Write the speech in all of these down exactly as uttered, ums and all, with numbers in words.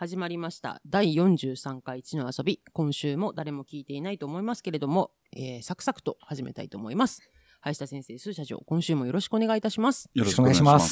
始まりましただいよんじゅうさんかい地の遊び。今週も誰も聞いていないと思いますけれども、えー、サクサクと始めたいと思います。林田先生、スー社長、今週もよろしくお願いいたします。 よろしくお願いします。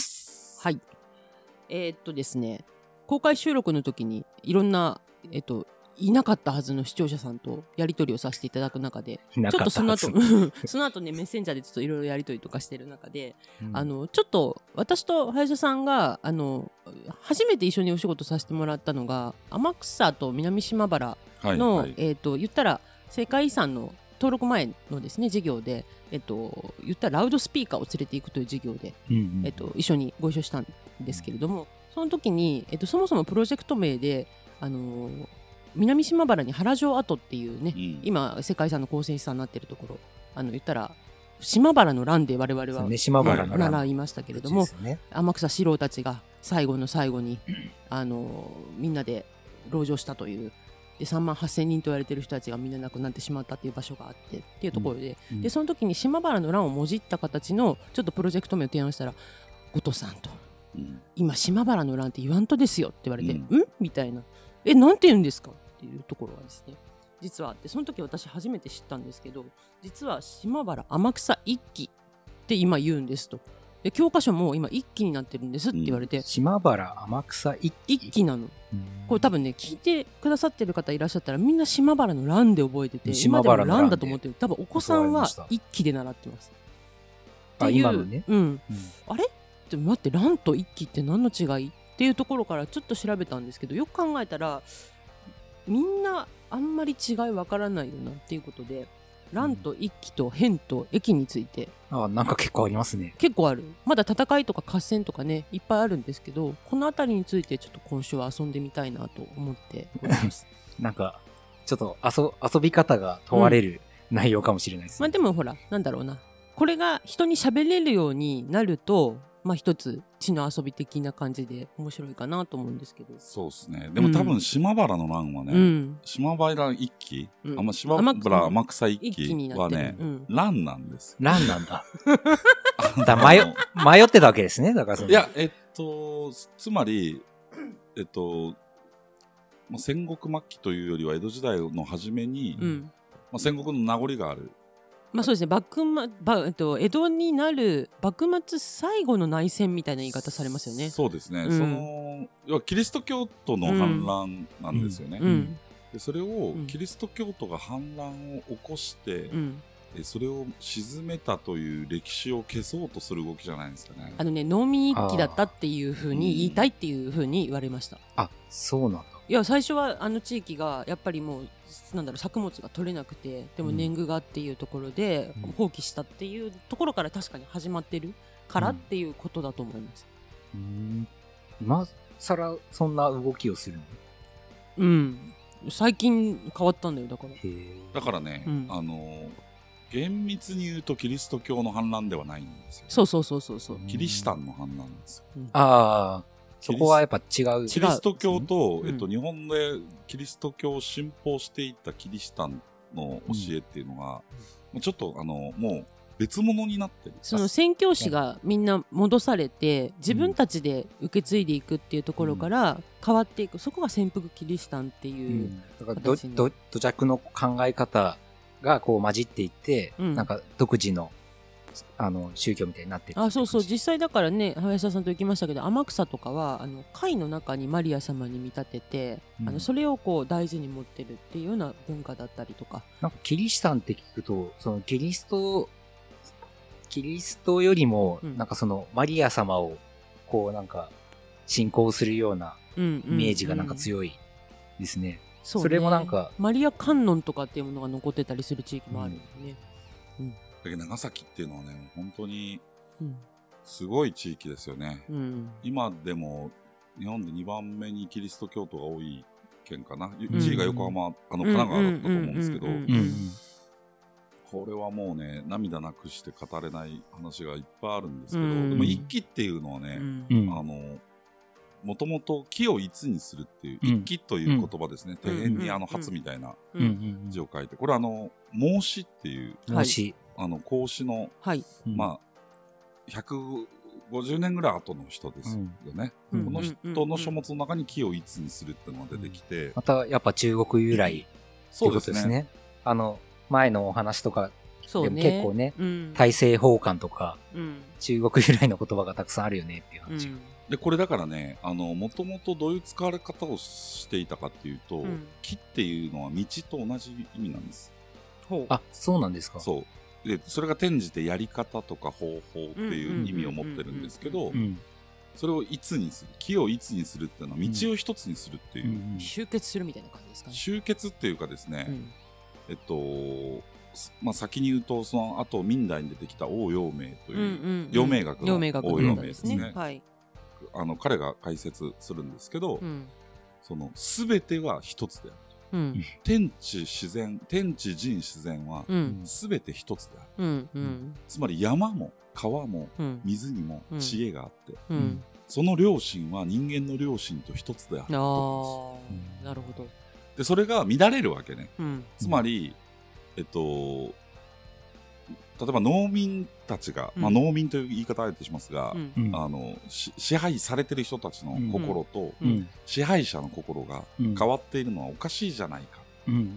はい。えー、っとですね、公開収録の時にいろんな、えっと、いなかったはずの視聴者さんとやり取りをさせていただく中で、ちょっとその後その後ねメッセンジャーでちょっといろいろやり取りとかしてる中で、うん、あのちょっと私と林田さんがあの初めて一緒にお仕事させてもらったのが天草と南島原の、はいはい、えー、と言ったら世界遺産の登録前のですね事業で、えっと、言ったらラウドスピーカーを連れていくという事業で、うんうん、えっと、一緒にご一緒したんですけれども、その時に、えっと、そもそもプロジェクト名であのー南島原に原城跡っていうね、うん、今世界遺産の構成資産になっているところ、あの言ったら島原の乱で我々は島原の乱習いましたけれども、ね、天草四郎たちが最後の最後にあのみんなで籠城したというでさんまんはっせんにんと言われている人たちがみんな亡くなってしまったっていう場所があってっていうところで、うん、でその時に島原の乱をもじった形のちょっとプロジェクト名を提案したら、後藤さんと、うん、今島原の乱って言わんとですよって言われて、うん、んみたいな、えなんて言うんですかっていうところはですね実はあって、その時私初めて知ったんですけど、実は島原天草一揆って今言うんですと。で教科書も今一揆になってるんですって言われて、うん、 島原天草一揆一揆なの。これ多分ね聞いてくださってる方いらっしゃったらみんな島原の乱で覚えてて、今でも乱だと思ってる。多分お子さんは一揆で習ってます。 あ今のね、 うんうん、あれって待って、乱と一揆って何の違いっていうところからちょっと調べたんですけど、よく考えたらみんなあんまり違いわからないよなっていうことで、乱と一揆と変と駅について、 うん、あなんか結構ありますね。 結構ある。まだ戦いとか合戦とかねいっぱいあるんですけど、このあたりについてちょっと今週は遊んでみたいなと思っておりますなんかちょっと 遊, 遊び方が問われる内容かもしれないですね、 うん、まあでもほらなんだろうな、これが人に喋れるようになるとまあ一つ地の遊び的な感じで面白いかなと思うんですけど。 そうですね。でも多分島原の乱はね、うん、島原一揆、うん、あんま島原天草一揆はね、うん、乱なんです。 乱なんだ。だ迷迷ってたわけですね。だからそのいやえっとつまりえっとまあ、戦国末期というよりは江戸時代の初めに、うんまあ、戦国の名残がある。 まあそうですね、幕末、えっと、江戸になる幕末最後の内戦みたいな言い方されますよね。 そうですね、うん、その要はキリスト教徒の反乱なんですよね、うんうん、でそれをキリスト教徒が反乱を起こして、うん、それを鎮めたという歴史を消そうとする動きじゃないですかね。 あのね農民一揆だったっていう風に言いたいっていう風に言われました。 あ、そうなんだ。 いや最初はあの地域がやっぱりもうなんだろう作物が取れなくて、でも年貢がっていうところで放棄したっていうところから確かに始まってるからっていうことだと思います。 うん、今更そんな動きをするの？ うん、最近変わったんだよ。だからだからね、うん、あの厳密に言うとキリスト教の反乱ではないんですよ。 そうそうそうそうそう、 キリシタンの反乱ですよ、 うん、ああそこはやっぱ違う。 キリスト教と、えっと、日本でキリスト教を信奉していったキリシタンの教えっていうのが、うん、ちょっとあのもう別物になってる。 その宣教師がみんな戻されて自分たちで受け継いでいくっていうところから変わっていく、そこが潜伏キリシタンっていう、 うん、だからどど土着の考え方がこう混じっていって、うん、なんか独自のあの宗教みたいになってる。 あ、そうそう、実際だからね林田さんと行きましたけど、天草とかはあの貝の中にマリア様に見立てて、うん、あのそれをこう大事に持ってるっていうような文化だったりとか。 なんかキリシタンって聞くとそのキリストキリストよりも、うん、なんかそのマリア様をこうなんか信仰するようなイメージがなんか強いですね。うんうんうん、そうね、それもなんかマリア観音とかっていうものが残ってたりする地域もあるんですね。うんうん、 だけど長崎っていうのはね本当にすごい地域ですよね、うん、今でも日本でにばんめにキリスト教徒が多い県かな、うん、いちいが横浜、あの神奈川だったと思うんですけど、これはもうね涙なくして語れない話がいっぱいあるんですけど、うん、でも一揆っていうのはね、うん、あのもともと木を一にするっていう、うん、一揆という言葉ですね、うん、庭園にあの初みたいな字を書いて、これはあの孟子っていう、 孟子、 あの孔子の、はい、まあひゃくごじゅうねんぐらい後の人ですよね、 うん、 この人の書物の中に木を一にするっていうのが出てきて、うん、 またやっぱ中国由来っていうことですね。そうですね。あの前のお話とかでも結構ね、うん、大政奉還とか、うん、中国由来の言葉がたくさんあるよねっていう話、うん、 でこれだからね、あのもともとどういう使われ方をしていたかっていうと、うん、木っていうのは道と同じ意味なんです。 ほう。あ、そうなんですか。 そうでそれが転じてやり方とか方法っていう意味を持ってるんですけど、それをいつにする、木をいつにするっていうのは道を一つにするっていう、うんうん、 集結するみたいな感じですかね。 集結っていうかですね、うん、えっとまあ、先に言うとその後明代に出てきた王陽明という、うんうん、陽明学の王陽明ですね、うんはい、あの彼が解説するんですけど、うん、その全ては一つであると、うん、天地自然天地人自然は全て一つである、うんうん、つまり山も川も水にも知恵があって、うんうん、その良心は人間の良心と一つであると、 うん、なるほど。 でそれが乱れるわけね、うん、つまりえっと、例えば農民たちが、うんまあ、農民という言い方をあえてしますが、うん、あの支配されてる人たちの心と、うん、支配者の心が変わっているのはおかしいじゃないか、うんうんうん、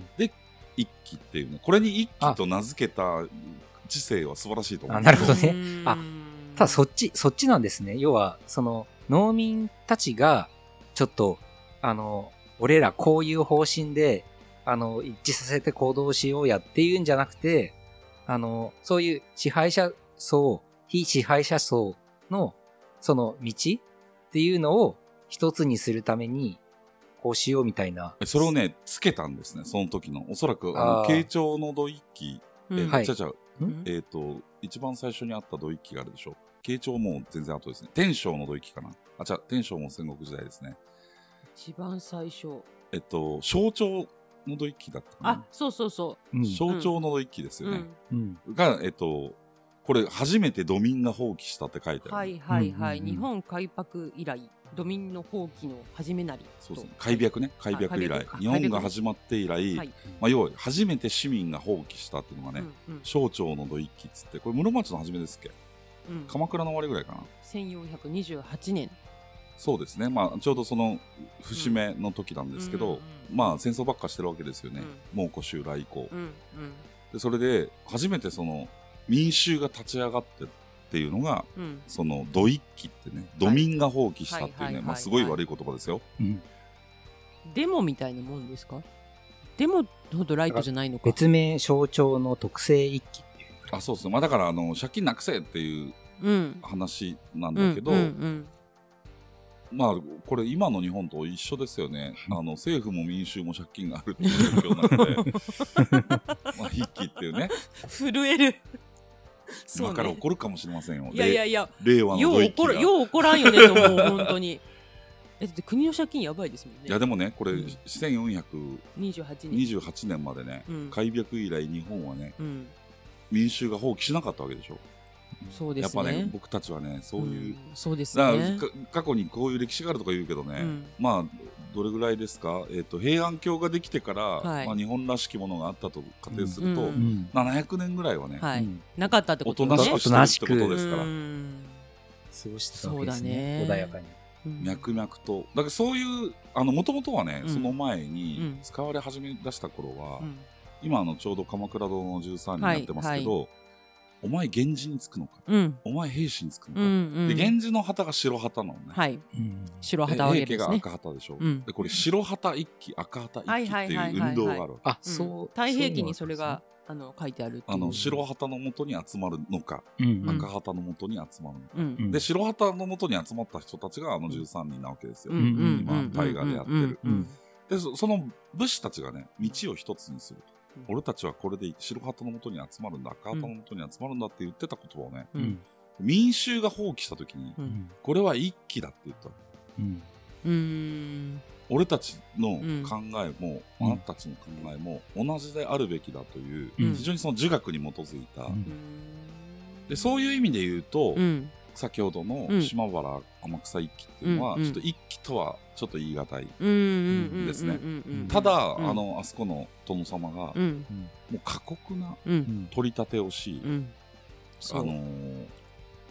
で一揆っていうね、これに一揆と名付けた知性は素晴らしいと思う。 あ、なるほどね。あ、ただそっちそっちなんですね。要はその農民たちがちょっとあの俺らこういう方針であの、一致させて行動しようやっていうんじゃなくて、あの、そういう支配者層、非支配者層の、その道っていうのを一つにするために、こうしようみたいな。 それをね、つけたんですね、その時の。おそらく、あの、慶長の土一揆、うん、えー、はい、ちゃちゃ、えっと、一番最初にあった土一揆があるでしょ。慶長も全然後ですね。天正の土一揆かな。あ、じゃ天正も戦国時代ですね。 一番最初。 えっと、象徴、の土一揆だったかな。 あ、そうそうそう。 うん、象徴の土一揆ですよね。うん、が、えっと、これ初めて土民が放棄したって書いてある。 はいはいはい。うんうんうん、日本開国以来、土民の放棄の始めなり。 そうですね。開闢ね。開闢以来。日本が始まって以来、はい、まあ、要は初めて市民が放棄したっていうのがね、うんうん、象徴の土一揆っつって、これ室町の初めですっけ、うん、鎌倉の終わりぐらいかな。 せんよんひゃくにじゅうはちねん。 そうですね、まあ、ちょうどその節目の時なんですけど、うんうんうん、まあ、戦争ばっかしてるわけですよね、うん、蒙古襲来以降、うんうん、でそれで初めてその民衆が立ち上がってっていうのが、うん、その土一揆ってね、土民が放棄したっていうね、まあ、すごい悪い言葉ですよ、うん、 デモみたいなもんですか？デモほどライトじゃないのか。 別名象徴の特性一揆っていう。 あ、そうですね、まあ、だからあの借金なくせっていう話なんだけど、うんうんうんうん、まあ、これ今の日本と一緒ですよね。あの政府も民衆も借金があるっていう状況なのでまあ一揆っていうね、 震える今から起こるかもしれませんよ。 いやいやいや、 令和の土一揆がよう起こらんよねと思う本当にえだって国の借金やばいですもんね。 いやでもね、これ、うん、せんよんひゃくにじゅうはちねんまでね、うん、開闢以来日本はね、うん、民衆が放棄しなかったわけでしょ。 そうですね、 やっぱね、僕たちはね、そういう、うん、 そうですね、 過去にこういう歴史があるとか言うけどね、うん、まあどれぐらいですか、えーと、平安京ができてから、はい、まあ、日本らしきものがあったと仮定すると、うん、ななひゃくねんぐらいはね、はい、 なかったってことね。 おとなしくしてるってことですから、過ごしてたわけですね、穏やかに、 うん、脈々と。だからそういうもともとはね、うん、その前に使われ始め出した頃は、うん、今のちょうど鎌倉殿のじゅうさんになってますけど、はいはい、お前源氏につくのか、うん、お前平氏につくのか、うんうん、で源氏の旗が白旗なのね、はい、うん、 白旗わけですね。 平家が赤旗でしょ、うん、でこれ白旗一揆赤旗一揆っていう運動があるわけ。 あ、そう、 太平記にそれがあの書いてあるっていう。 あの白旗の元に集まるのか、うんうん、赤旗の元に集まるのか、うんうん、で白旗の元に集まった人たちがあのじゅうさんにんなわけですよ、うんうん、今大河でやってる、うんうん、で そ, その武士たちがね道を一つにすると、うん、俺たちはこれで白旗の元に集まるんだ、赤旗の元に集まるんだって言ってた言葉をね、うん、民衆が放棄した時に、うん、これは一揆だって言ったわけ、うん、うーん俺たちの考えも、うん、あなたたちの考えも同じであるべきだという、うん、非常にその儒学に基づいた、うん、でそういう意味で言うと、うん、先ほどの島原天草一揆っていうのは、うん、ちょっと一揆とはちょっと言い難いですね。ただ、うん、あのあそこの殿様が、うん、もう過酷な取り立てをし、うん、あのー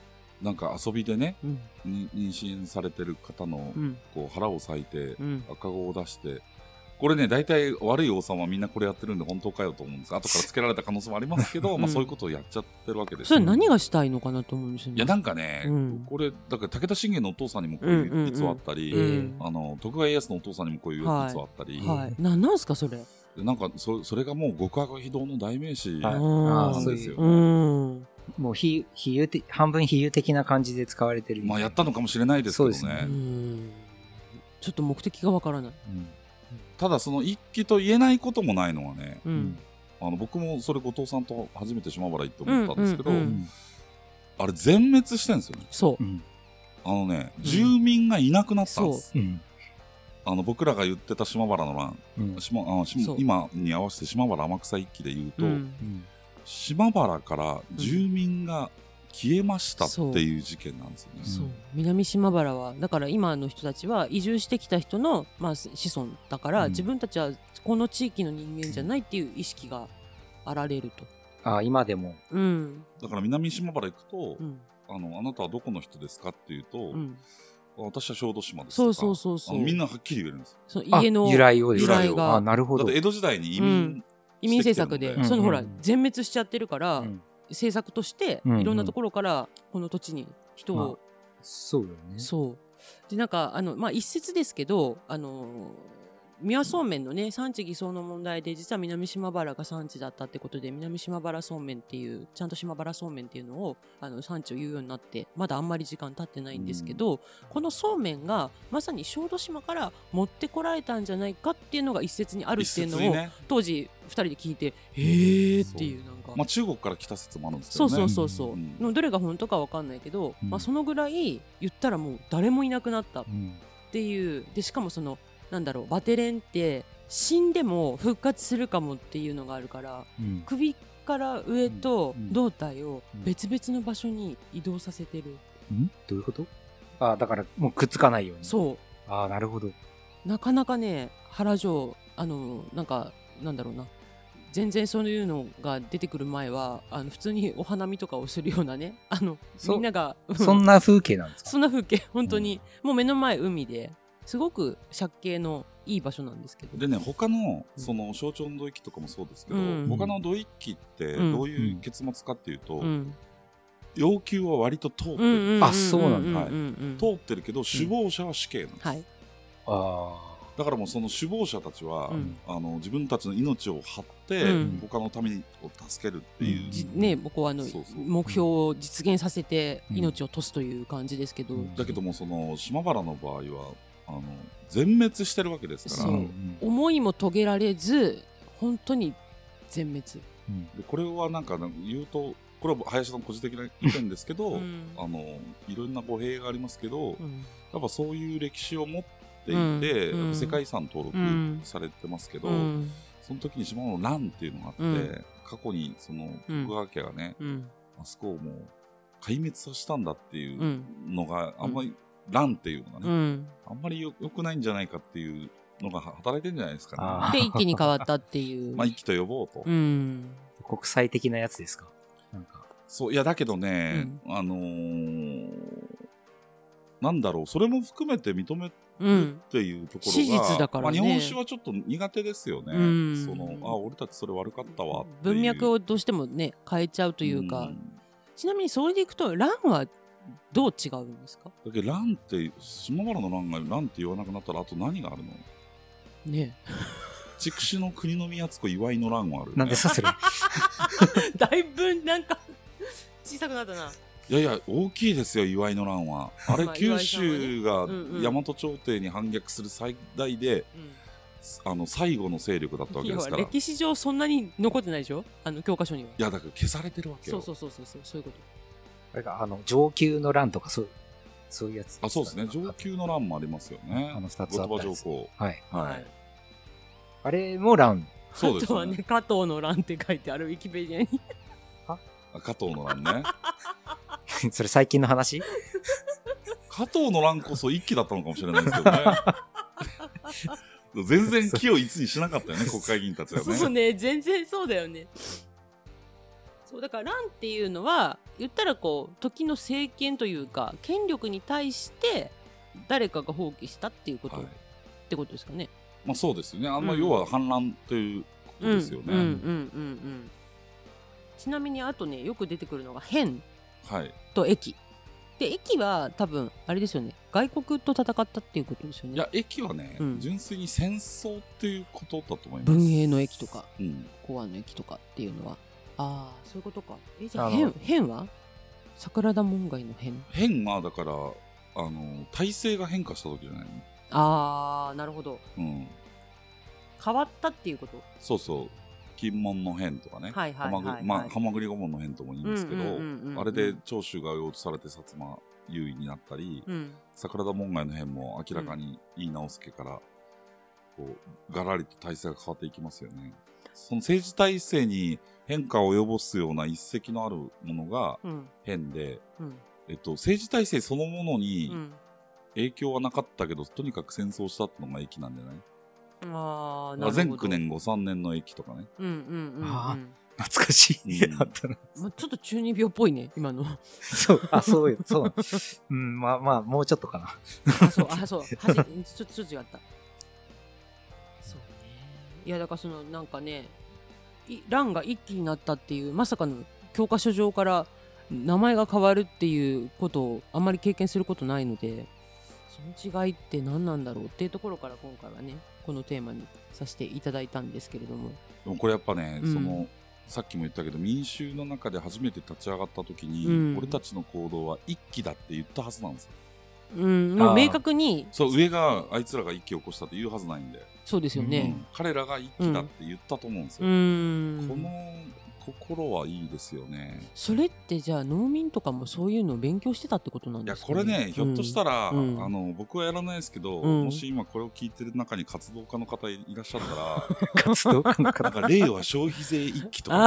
なんか遊びでね、 うん、 妊娠されてる方の、うん、こう腹を裂いて、うん、赤子を出して、これね、大体悪い王様はみんなこれやってるんで本当かよと思うんですが、後からつけられた可能性もありますけど、うん、まあそういうことをやっちゃってるわけです、ね。 それ何がしたいのかなと思うんですよね。 いやなんかね、うん、これだから武田信玄のお父さんにもこういう逸話あったり、うんうんうん、あの徳川家康のお父さんにもこういう逸話あったり、 はいはい、何なんすかそれ。 なんか そ, それがもう極悪非道の代名詞なんですよね。 うんもう比比喩的半分比喩的な感じで使われてる。 まあやったのかもしれないですけど ね, ねうんちょっと目的がわからない、うん、 ただその一揆と言えないこともないのはね、うん、あの僕もそれ後藤さんと初めて島原行って思ったんですけど、うんうんうん、あれ全滅してるんですよね。 そう、うん、 あのね住民がいなくなったんです、うん、あの僕らが言ってた島原の乱、うん、島あ島今に合わせて島原天草一揆で言うと、うんうん島原から住民が消えましたっていう事件なんですよね、うん、 そう南島原はだから今の人たちは移住してきた人の、まあ、子孫だから、うん、自分たちはこの地域の人間じゃないっていう意識があられると。 あ今でも、 うん、 だから南島原行くと、うん、あのあなたはどこの人ですかっていうと、うん、私は小豆島ですとかそうそうそうそうみんなはっきり言えるんです。 その家の由来を由来があなるほど。 だって江戸時代に移民、うん移民政策で、うん、そのほら、うん、全滅しちゃってるから、うん、政策としていろんなところからこの土地に人を、まあ、 そうよね。 そうでなんかあのまあ一説ですけどあの三輪そうめんのね産地偽装の問題で実は南島原が産地だったってことで南島原そうめんっていうちゃんと島原そうめんっていうのをあの産地を言うようになってまだあんまり時間経ってないんですけど、うん、このそうめんがまさに小豆島から持ってこられたんじゃないかっていうのが一説にあるっていうのを、ね、当時ふたりで聞いてへーっていうなんか、 まあ、中国から来た説もあるんですけどね。 そうそうそうそう、うん、どれが本当か分かんないけど、うんまあ、そのぐらい言ったらもう誰もいなくなったっていう、でしかもそのなんだろうバテレンって死んでも復活するかもっていうのがあるから、うん、首から上と胴体を別々の場所に移動させてる、 うん、どういうこと？あだからもうくっつかないように。 そうあなるほど。 なかなかね原城あのなんかなんだろうな全然そういうのが出てくる前はあの普通にお花見とかをするようなねあのみんながそんな風景なんですか？ そんな風景本当に、うん、もう目の前海ですごく借景のいい場所なんですけどでね他のその象徴の土一揆とかもそうですけど、うん、他の土一揆ってどういう結末かっていうと、うん、要求は割と通ってる、 うん、あそうなんだ、 はい、通ってるけど首謀者は死刑なんです、うんはい、あだからもうその首謀者たちは、うん、あの自分たちの命を張って、うん、他の民を助けるっていう、 うん、ね僕はあのそうそう目標を実現させて命を賭すという感じですけど、うん、 だけどもその島原の場合はあの全滅してるわけですから、そう思いも遂げられず本当に全滅、 うん、でこれはなんか言うとこれは林さんの個人的な意見ですけど、うん、あのいろんな語弊がありますけど、うん、やっぱそういう歴史を持っていて、うん、世界遺産登録されてますけど、うん、その時に島の乱っていうのがあって、うん、過去にその徳川家がね、うん、あそこをもう壊滅させたんだっていうのがあんまり、乱っていうのがね、うん、あんまりよくないんじゃないかっていうのが働いてるんじゃないですかね。で一気に変わったっていうまあ一気と呼ぼうと、 うん、国際的なやつですか。なんかそういやだけどね、うん、あのー、なんだろうそれも含めて認めるっていうところが、 史実だからね、 まあ、日本史はちょっと苦手ですよね、うん、そのあ俺たちそれ悪かったわっていう文脈をどうしてもね変えちゃうというか、うん、ちなみにそれでいくと乱はどう違うんですか？ だけど乱って島原の乱が乱って言わなくなったらあと何があるのねえ筑紫の国の宮津子祝いの乱はある、ね、 なんでさせるだいぶなんか小さくなったな。 いやいや大きいですよ祝いの乱はあれ九州が大和朝廷に反逆する最大で、うん、あの最後の勢力だったわけですから。 歴史上そんなに残ってないでしょあの教科書には。 いやだから消されてるわけよ。 そうそうそうそうそういうこと。 あれかあの上級の乱とかそうそういうやつ。 あそうですね上級の乱もありますよね。 あのふたつあったやつ。 後鳥羽上皇。はい、 はいはい、 あれも乱。 そうですね。 あとはね加藤の乱って書いてあるウィキペディアに。 は加藤の乱ね。 それ最近の話？ 加藤の乱こそ一揆だったのかもしれないですけどね。全然気をいつにしなかったよね国会議員たちはね。 そうね全然そうだよね。そうだから乱っていうのは言ったらこう時の政権というか権力に対して誰かが放棄したっていうこと、はい、ってことですかね。 まあそうですよね。あんま要は反乱ということですよね。 ちなみにあとねよく出てくるのが変と駅、 はい、で駅は多分あれですよね、外国と戦ったっていうことですよね。 いや駅はね、うん、純粋に戦争っていうことだと思います。 文英の駅とか、 うん、 公安の駅とかっていうのは、ああそういうことか。えじゃあ変変は桜田門外の変変はだからあの体制が変化した時じゃないの。 ああなるほど、 うん、 変わったっていうこと。 そうそう、金門の変とかね、はまぐり御門の変とも言いますけど、あれで長州が追い落とされて薩摩優位になったり、うん、桜田門外の変も明らかに井伊直弼からこうガラリと体制が変わっていきますよね。その政治体制に変化を及ぼすような一石のあるものが変で、うんうんえっと、政治体制そのものに影響はなかったけど、うん、とにかく戦争したってのが駅なんじゃない？ ああ、 前九年ごさんねんの駅とかね。 うんうんうん、うん、 あ懐かしい、うん、あったな。 まあ、ちょっと中二病っぽいね今の。 そうあそういうそううんまあまあもうちょっとかな。 あそうあそうはじちょっとちょっと違った。そうね。いやだからそのなんかね乱が一気になったっていうまさかの教科書上から名前が変わるっていうことをあんまり経験することないので、その違いって何なんだろうっていうところから今回はねこのテーマにさせていただいたんですけれども、 でもこれやっぱね、うん、そのさっきも言ったけど民衆の中で初めて立ち上がった時に、うん、俺たちの行動は一揆だって言ったはずなんですよ。 うん、もう明確にそう上があいつらが一揆を起こしたって言うはずないんで。 そうですよね、 うん、彼らが一揆だって言ったと思うんですよ、 うん、 この心はいいですよね。 それってじゃあ農民とかもそういうのを勉強してたってことなんですかね。 いやこれねひょっとしたら、うん、あの僕はやらないですけど、うん、もし今これを聞いてる中に活動家の方いらっしゃったら活動家の方なんか令和消費税一揆とか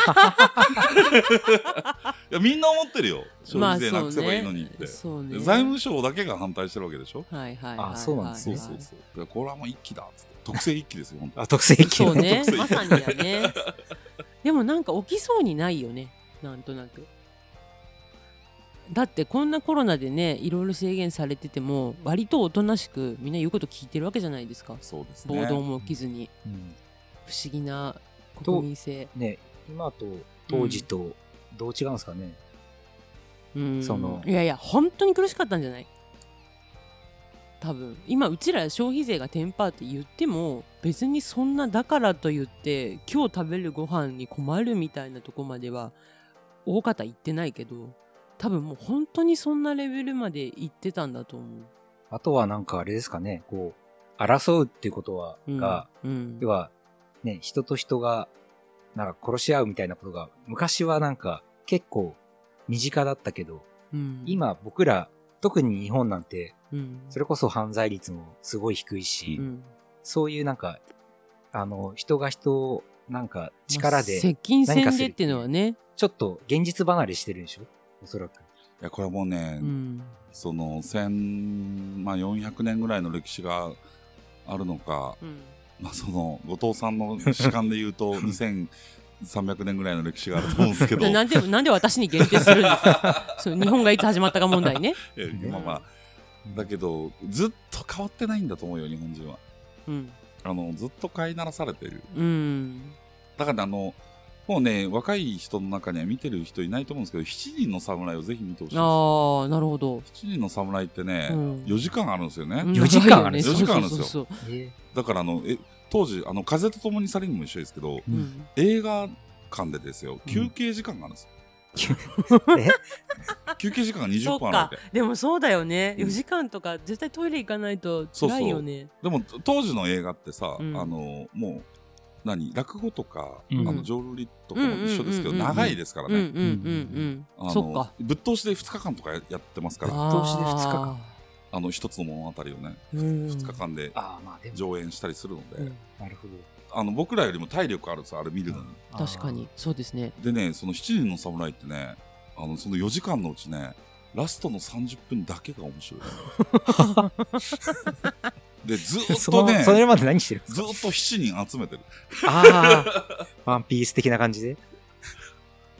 いやみんな思ってるよ、消費税なくせばいいのにって、まあそうね、財務省だけが反対してるわけでしょ。 はいはいはい、 あそうなんですね。 そうそうそう、これはもう一揆だっつって特製一揆ですよ本当。 あ特製一揆そうねまさにやねでもなんか起きそうにないよね、なんとなく。だってこんなコロナでねいろいろ制限されてても割とおとなしくみんな言うこと聞いてるわけじゃないですか。 そうですね、 暴動も起きずに、うん、不思議な国民性ね。今と当時とどう違うんですかね、 うん、そのいやいや本当に苦しかったんじゃない。多分今うちら消費税が じゅっパーセント って言っても別にそんなだからと言って今日食べるご飯に困るみたいなとこまでは大方言ってないけど、多分もう本当にそんなレベルまで行ってたんだと思う。 あとはなんかあれですかね、こう争うっていうことは、うんがうん、要はね人と人がなんか殺し合うみたいなことが昔はなんか結構身近だったけど、うん、今僕ら特に日本なんて、うん、それこそ犯罪率もすごい低いし、うん、そういうなんかあの人が人をなんか力で接近戦でっていうのはねちょっと現実離れしてるでしょおそらく。いやこれはもうね、うん、その千、まあ、よんひゃくねんぐらいの歴史があるのか、うん、まあ、その後藤さんの主観で言うとにせんさんびゃくねんぐらいの歴史があると思うんですけどなんでなんで私に限定するんですかそう日本がいつ始まったか問題ね。 いやまあまあだけどずっと変わってないんだと思うよ日本人は、うん、あのずっと飼いならされてる、うん、だからあのもうね若い人の中には見てる人いないと思うんですけどしちにんの侍をぜひ見てほしいです。 ああなるほど。 しちにんの侍ってね、うん、よじかんあるんですよね、 うん、よじかんあるんですよ。よじかんあるんですよ。だからあのえ当時あの風と共に去りにも一緒ですけど、うん、映画館でですよ休憩時間があるんですよ、うん、え休憩時間がにじゅっぷんあるわけ。 でもそうだよね、よじかんとか絶対トイレ行かないと辛いよね。 そうそうでも当時の映画ってさ、うん、あのもう何落語とか、うん、あの浄瑠璃とかも一緒ですけど、うんうんうんうん、長いですからね。 そっかぶっ通しでふつかかんとかやってますから。 ぶっ通しでふつかかんあの一つの物語をねふつかかんで上演したりするので、うん、 なるほど。 あの僕らよりも体力あるんですよあれ見るのに。 確かにそうですね。 でねそのしちにんの侍ってねあのそのよじかんのうちねラストのさんじゅっぷんだけが面白いでずっとねそ, それまで何してるんですか。ずっとしちにん集めてる。 ああワンピース的な感じで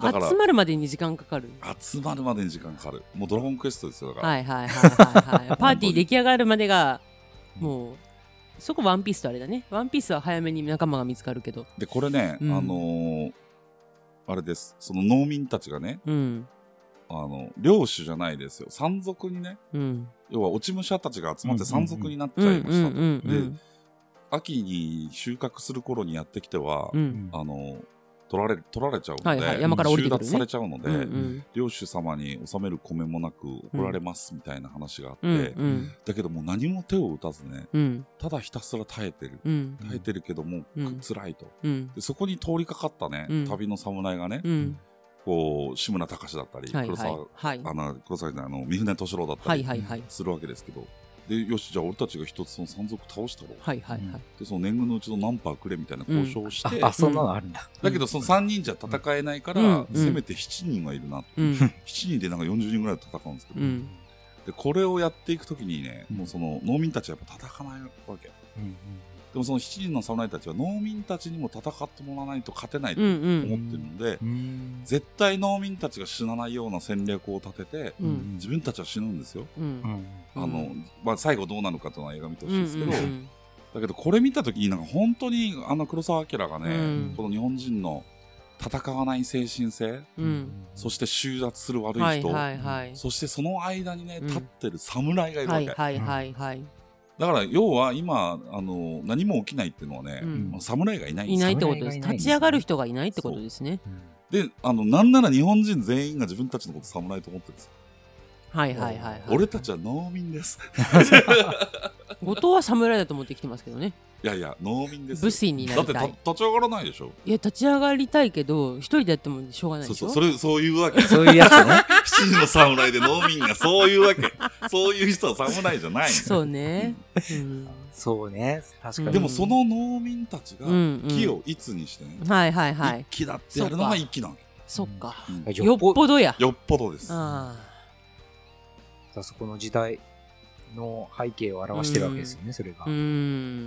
集まるまでに時間かかる。 集まるまでに時間かかる。もうドラゴンクエストですよだから。 はいはいはいはい、はい、パーティー出来上がるまでがもうそこワンピースとあれだね。ワンピースは早めに仲間が見つかるけど。 でこれね、うん、あのー、あれです。その農民たちがね、うん、あの領主じゃないですよ。山賊にね、うん、要は落ち武者たちが集まって山賊になっちゃいましたと。で、秋に収穫する頃にやってきては、うん、あの取られ取られちゃうので、はいはい、山から降りてくるね、収奪されちゃうので、うんうん、領主様に納める米もなく怒られますみたいな話があって、うんうん、だけどもう何も手を打たずね、うん、ただひたすら耐えてる、うん、耐えてるけども、うん、辛いと、うん、でそこに通りかかったね、うん、旅の侍がね、うん、こう志村隆だったり、はいはい、黒沢、はい、あの黒沢じゃないあの三船敏郎だったりするわけですけど、でよしじゃあ俺たちが一つその山賊倒したろう、はいはいはい、でその年貢のうちの何パーくれみたいな交渉をして、 うん、あ, あそんなのあるんだ。 だけどそのさんにんじゃ戦えないから、うん、せめてしちにんはいるな、うん、しちにんでなんかよんじゅうにんぐらいで戦うんですけど、うん、でこれをやっていくときにね、うん、もうその農民たちはやっぱ戦わないわけ、うんうん、でもそのしちにんの侍たちは農民たちにも戦ってもらわないと勝てないと思ってるので、うんうん、絶対農民たちが死なないような戦略を立てて、うん、自分たちは死ぬんですよ、うん、あのまあ、最後どうなるかというのは映画見てほしいですけど、うんうんうん、だけどこれ見たときになんか本当にあの黒澤明がね、うん、この日本人の戦わない精神性、うん、そして収奪する悪い人、はいはいはい、そしてその間にね、うん、立ってる侍がいるわけ、はいはいはいはい、だから要は今あの何も起きないっていうのはね、うん、侍がいないんです。 いないってことです。立ち上がる人がいないってことですね。 で、あのなんなら日本人全員が自分たちのこと侍と思ってるんですよ。 はいはいはい、はい、 俺たちは農民です後藤は侍だと思ってきてますけどね。 いやいや農民です。 武士になりたい。 だって立ち上がらないでしょ。 いや立ち上がりたいけど一人でやってもしょうがないでしょ。 そうそうそれそういうわけ。 そういうやつね。 七人の侍で農民がそういうわけ。そういう人は侍じゃない。 そうね、 うん、そうね確かに。 でもその農民たちが木をいつにしてね、 うんうん、はいはいはい、 一揆だってやるのが一揆なわけ。 そっか、うん、よっぽどや。 よっぽどです。 ああそこの時代の背景を表してるわけですよね、うん、それが。うん、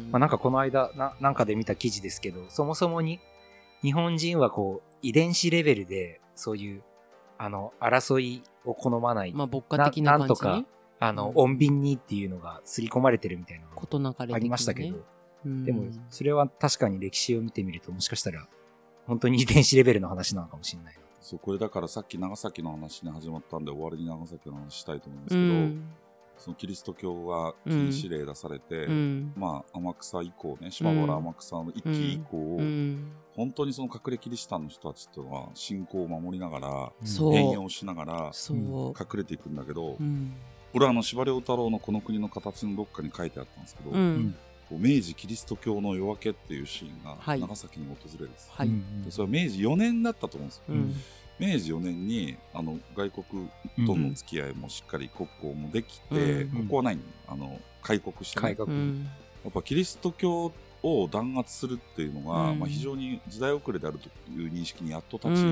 まあ、なんかこの間な、なんかで見た記事ですけど、そもそもに日本人はこう遺伝子レベルでそういうあの争いを好まない、 まあ、牧歌的な感じに な, なんとかあの、うん、穏便にっていうのが刷り込まれてるみたいなのがありましたけど、うん、でもそれは確かに歴史を見てみるともしかしたら本当に遺伝子レベルの話なのかもしれない。 そうこれだからさっき長崎の話に始まったんで終わりに長崎の話したいと思うんですけど、うん、そのキリスト教が禁止令出されて、うん、まあ天草以降ね島原天草の一揆以降、うん、本当にその隠れキリシタンの人たちっていうのは信仰を守りながら変容しながら隠れていくんだけど、うん、これはあの司馬遼太郎のこの国の形のどっかに書いてあったんですけど、うん、こう明治キリスト教の夜明けっていうシーンが長崎に訪れるんです、はい、でそれは明治よねんだったと思うんですよ、うん明治よねんにあの外国との付き合いもしっかり国交もできて、うん、ここはないあの開国して、ね、開国、うん、やっぱキリスト教を弾圧するっていうのが、うんまあ、非常に時代遅れであるという認識にやっと立ち、うん、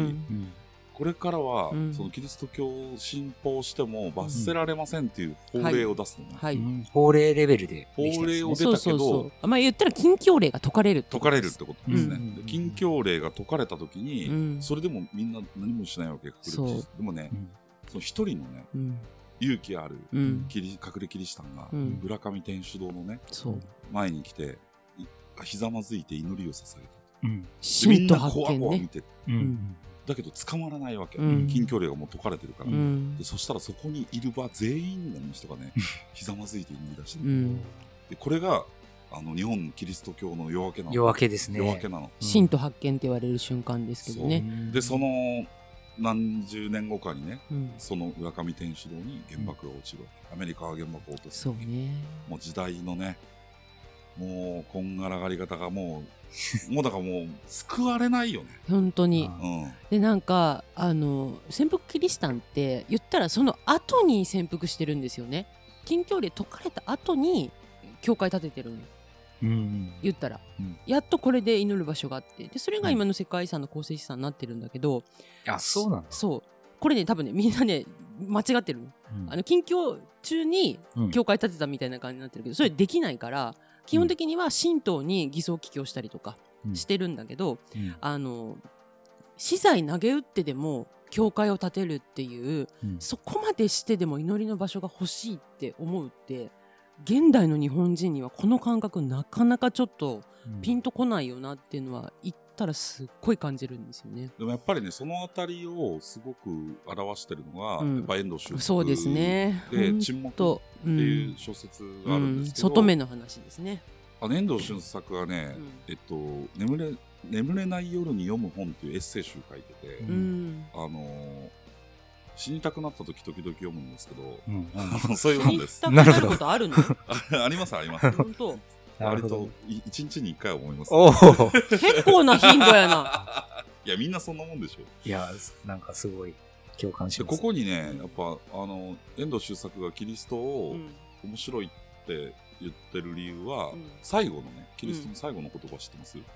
これからは、うん、そのキリスト教を信奉しても罰せられませんっていう法令を出すのね、 はいはい、法令レベルで法令を出たけどそうそうそう、まあ、言ったら禁教令が解かれるって解かれるってことですね、うん、で禁教令が解かれた時に、うん、それでもみんな何もしないわけでもね、うん、その一人のね、うん、勇気ある、うん、キリ隠れキリシタンが、うん、浦上天主堂のね前に来てひざまずいて祈りを捧げた、うん、みんなこわこわ見て、うんだけど捕まらないわけ、うん、禁教令がもう解かれてるから、うん、でそしたらそこにいる場全員の人がねひざまずいて祈り出して、うん、でこれがあの日本キリスト教の夜明けなの。 夜明けですね。 夜明けなの。 信と発見って言われる瞬間ですけどね。 でその何十年後かにね、うん、その浦上天主堂に原爆が落ちるわけ、アメリカは原爆を落とす。 そうね。 もう時代のね、もうこんがらがり方がもうもうだからもう救われないよね本当に、うん、でなんかあの潜伏キリシタンって言ったらその後に潜伏してるんですよね。禁教令解かれた後に教会建ててるの、うん、言ったら、うん、やっとこれで祈る場所があってでそれが今の世界遺産の構成資産になってるんだけど、 うん、あそうなんだ。 そうこれね多分ねみんなね間違ってる、うん、あの禁教中に教会建てたみたいな感じになってるけどそれできないから基本的には神道に偽装帰教したりとかしてるんだけど、うん、あの資材投げ打ってでも教会を建てるっていう、うん、そこまでしてでも祈りの場所が欲しいって思うって現代の日本人にはこの感覚なかなかちょっとピンとこないよなっていうのは言ったらすっごい感じるんですよね。 でもやっぱりねそのあたりをすごく表してるのが、うん、やっぱ遠藤周作そうですねで沈黙っていう小説があるんですけど、 うんうん、外目の話ですね。 あの遠藤周作がね、うん、えっと眠れ眠れない夜に読む本っていうエッセイ集書いてて、うん、あのー死にたくなった時時々読むんですけど、うんうん、そういう本です。 死にたくなることあるの？ ありますあります。 本当。 割と一日に一回思います、 ね。結構な頻度やな。 いやみんなそんなもんでしょ。 いやなんかすごい共感します。 ここにねやっぱあの遠藤周作がキリストを面白いって言ってる理由は、うん、最後のねキリストの最後の言葉知ってます？うん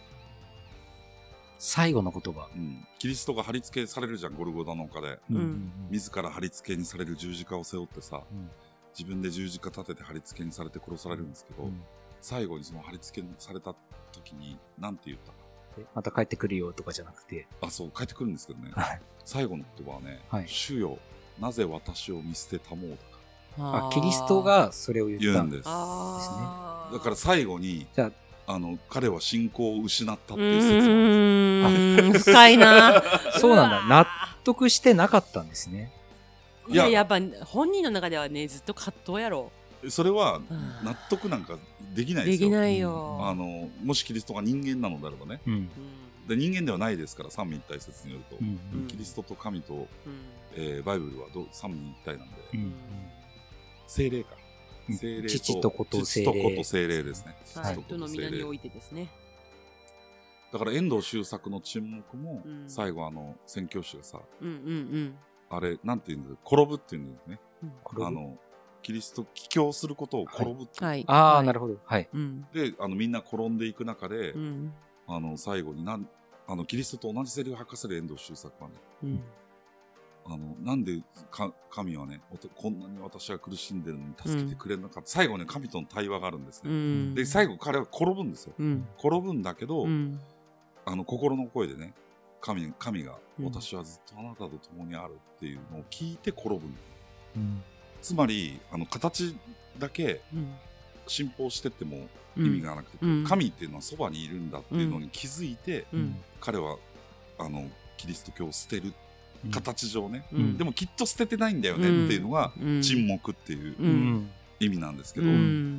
最後の言葉、 うん、キリストが貼り付けされるじゃんゴルゴダの丘で、うん、自ら貼り付けにされる十字架を背負ってさ、うん、自分で十字架立てて貼り付けにされて殺されるんですけど、うん、最後にその貼り付けされた時に何て言ったかまた帰ってくるよとかじゃなくてあそう帰ってくるんですけどね、はい、最後の言葉はね、はい、主よなぜ私を見捨てたもうとかあキリストがそれを言ったんですですね。だから最後にじゃああの彼は信仰を失ったっていう説なんです。 深いな。 そうなんだ。納得してなかったんですね。 いややっぱ本人の中ではねずっと葛藤やろ。 それは納得なんかできないですよ。 できないよ。 あのもしキリストが人間なのであればね。うん、で人間ではないですから三位一体説によると、うん、キリストと神と、うんえー、バイブルはど三位一体なんで、うん、精霊か。精霊と父と子と精霊、 父と子と精霊ですね。 はい、父との皆においてですね。 だから遠藤周作の沈黙も、うん、最後あの宣教師がさ、うんうんうん、あれなんていうんだ転ぶっていうんですね、うん、あのキリスト帰教することを転ぶって、 はいはい、ああなるほど、はい、 であのみんな転んでいく中で、うん、あの最後になんあのキリストと同じセリフを吐かせる遠藤周作はね、うんあのなんでか神はねこんなに私が苦しんでるのに助けてくれなかった、うん、最後ね神との対話があるんですね、うん、で最後彼は転ぶんですよ、うん、転ぶんだけど、うん、あの心の声でね 神, 神が、うん、私はずっとあなたと共にあるっていうのを聞いて転ぶ、うん、つまりあの形だけ信奉してっても意味がなくて、うん、神っていうのはそばにいるんだっていうのに気づいて、うん、彼はあのキリスト教を捨てる形上ね、うん、でもきっと捨ててないんだよねっていうのが沈黙っていう意味なんですけど、うん、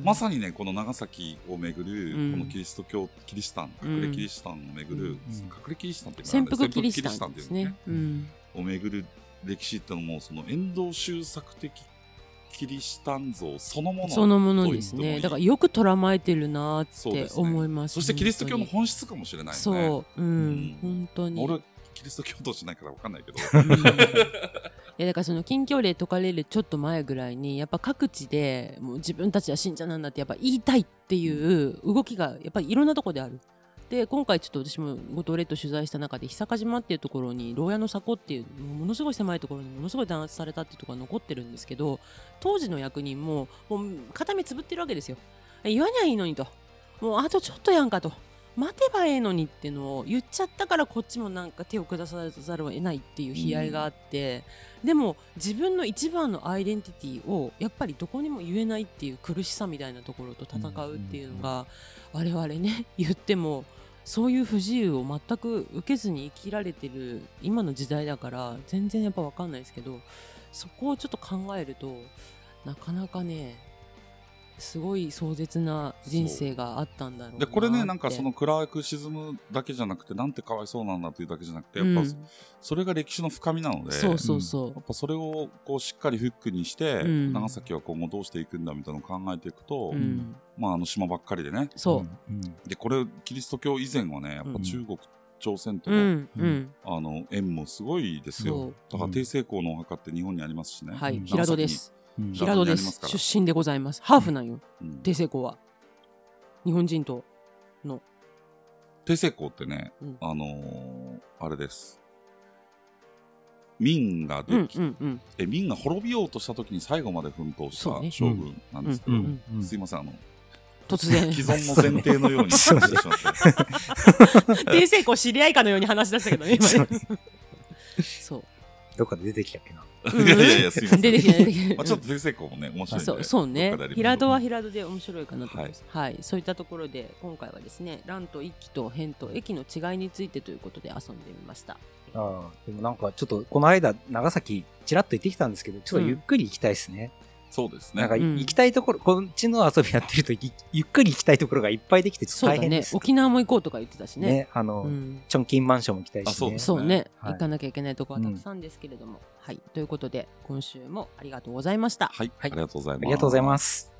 まさにねこの長崎をめぐる、うん、このキリスト教キリシタン隠れキリシタンをめぐる、うん、隠れキリシタンっていうの潜伏キリシタンですね、 うん、をめぐる歴史っていうのもその遠藤周作的キリシタン像そのものそのものですね。だからよくとらまえてるなって思います。 そ, す、ね、そしてキリスト教の本質かもしれないよね。 そう、うんうん、本当に俺キリスト教徒じゃないから分かんないけどうん、いやだからその禁教令解かれるちょっと前ぐらいにやっぱ各地でもう自分たちは信者なんだってやっぱ言いたいっていう動きがやっぱりいろんなところである。で今回ちょっと私も五島列島取材した中で久賀島っていうところに牢屋の迫っていうものすごい狭いところにものすごい弾圧されたっていうところが残ってるんですけど、当時の役人ももう片目つぶってるわけですよ。言わにゃいいのにと、もうあとちょっとやんかと、待てばええのにってのを言っちゃったからこっちもなんか手を下さざるを得ないっていう悲哀があって、うん、でも自分の一番のアイデンティティをやっぱりどこにも言えないっていう苦しさみたいなところと戦うっていうのが我々ね言ってもそういう不自由を全く受けずに生きられてる今の時代だから全然やっぱ分かんないですけど、そこをちょっと考えるとなかなかねすごい壮絶な人生があったんだろうなって。 でこれねなんかその暗く沈むだけじゃなくてなんてかわいそうなんだというだけじゃなくてやっぱ、うん、それが歴史の深みなので、 そうそうそう、 やっぱそれをこうしっかりフックにして、うん、長崎は今後どうしていくんだみたいなのを考えていくと、うん、まああの島ばっかりでね、 そう、うん、 でこれキリスト教以前はねやっぱ中国、うん朝鮮との、うんうん、あの縁もすごいですよ。だから帝政公のお墓って日本にありますしね、 はい、平戸です、うん、平戸です出身でございます。ハーフなんよ、うん、帝政公は日本人との帝政公ってね、うん、あのー、あれです明ができ、うんうんうん、え明が滅びようとした時に最後まで奮闘した将軍なんですけど、ねうんうんうん、すいませんあの突然既存の前提のように話してしまって低成功知り合いかのように話し出したけどね、今ね。そう。 どっかで出てきたっけな。 いやいやいや、すいません。 出てきた、出てきた。 まあちょっと低成功もね、面白いんで。 そう、そうね。平戸は平戸で面白いかなと思います。 はい。 はい。そういったところで、今回はですね、乱と一気と変と駅の違いについてということで遊んでみました。 ああ、でもなんかちょっとこの間長崎ちらっと行ってきたんですけど、ちょっとゆっくり行きたいですね。 うん、そうですね。 なんか行きたいところ、こっちの遊びやってるとゆっくり行きたいところがいっぱいできてちょっと大変です。 そうだね。沖縄も行こうとか言ってたしね。 ね、あの、うん、チョンキンマンションも行きたいしね。 そうですね。そうね、はい。行かなきゃいけないところはたくさんですけれども、うん、はい。ということで今週もありがとうございました。 はい。ありがとうございます。 ありがとうございます。